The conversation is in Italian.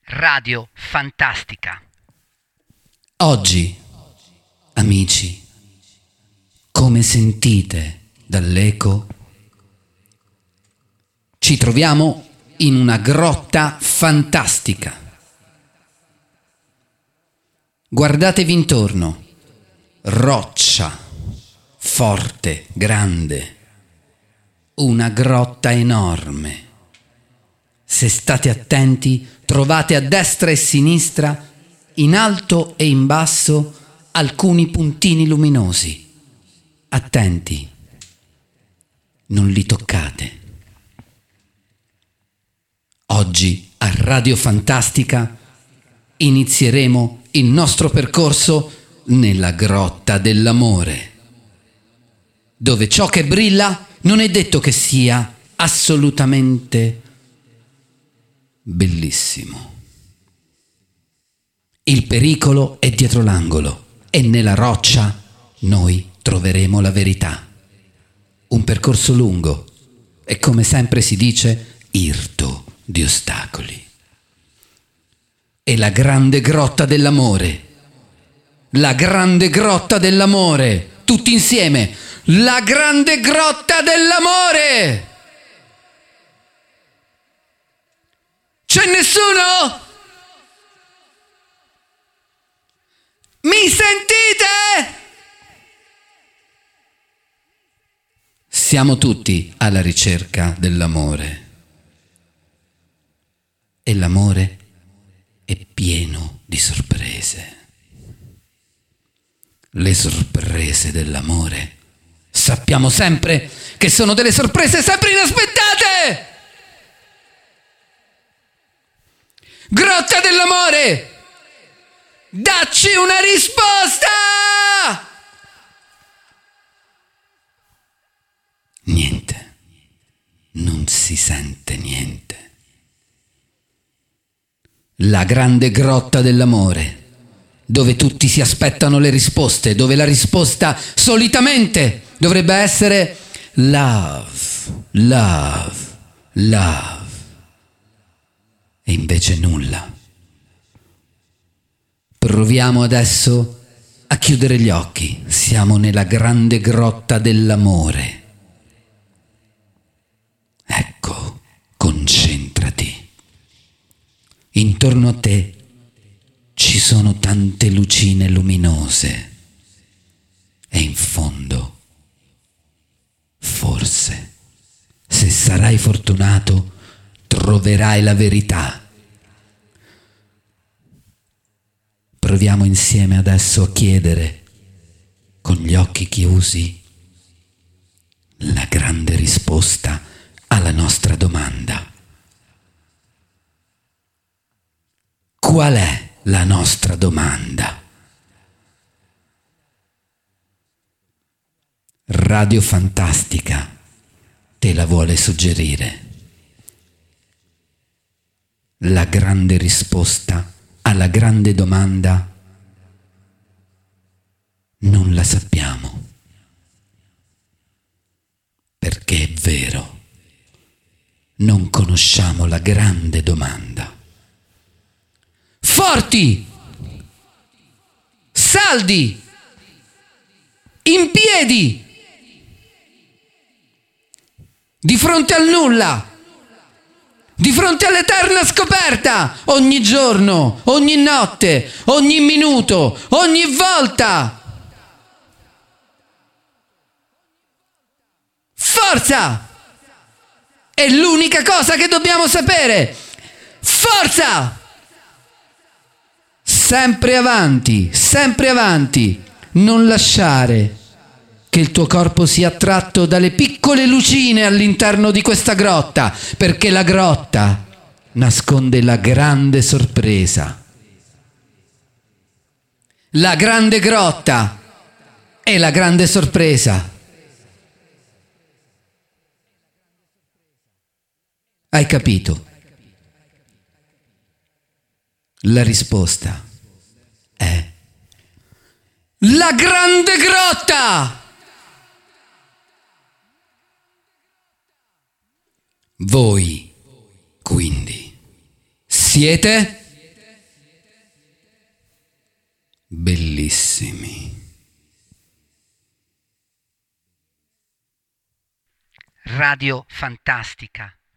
Radio Fantastica. Oggi, amici, come sentite dall'eco, ci troviamo in una grotta fantastica. Guardatevi intorno, roccia, forte, grande, una grotta enorme. Se state attenti, trovate a destra e sinistra, in alto e in basso, alcuni puntini luminosi. Attenti, non li toccate. Oggi a Radio Fantastica inizieremo il nostro percorso nella grotta dell'amore, dove ciò che brilla non è detto che sia assolutamente bellissimo. Il pericolo è dietro l'angolo e nella roccia noi troveremo la verità. Un percorso lungo e, come sempre si dice, irto di ostacoli. E la grande grotta dell'amore. La grande grotta dell'amore. Tutti insieme. La grande grotta dell'amore. C'è nessuno? Mi sentite? Siamo tutti alla ricerca dell'amore. E l'amore è pieno di sorprese. Le sorprese dell'amore sappiamo sempre che sono delle sorprese sempre inaspettate. Grotta dell'amore, dacci una risposta! Niente, non si sente niente. La grande grotta dell'amore, dove tutti si aspettano le risposte, dove la risposta solitamente dovrebbe essere love, love, love. E invece nulla. Proviamo adesso a chiudere gli occhi. Siamo nella grande grotta dell'amore. Ecco, concentrati. Intorno a te ci sono tante lucine luminose. E in fondo, forse, se sarai fortunato, troverai la verità. Proviamo insieme adesso a chiedere, con gli occhi chiusi, la grande risposta alla nostra domanda. Qual è la nostra domanda? Radio Fantastica te la vuole suggerire. La grande risposta alla grande domanda non la sappiamo, perché è vero, non conosciamo la grande domanda. Forti, saldi, in piedi, di fronte al nulla, di fronte all'eterna scoperta, ogni giorno, ogni notte, ogni minuto, ogni volta. Forza! È l'unica cosa che dobbiamo sapere. Forza! Sempre avanti, sempre avanti. Non lasciare che il tuo corpo sia attratto dalle piccole lucine all'interno di questa grotta, perché la grotta nasconde la grande sorpresa. La grande grotta è la grande sorpresa. Hai capito? La risposta è la grande grotta! Voi, quindi, siete bellissimi. Radio fantastica.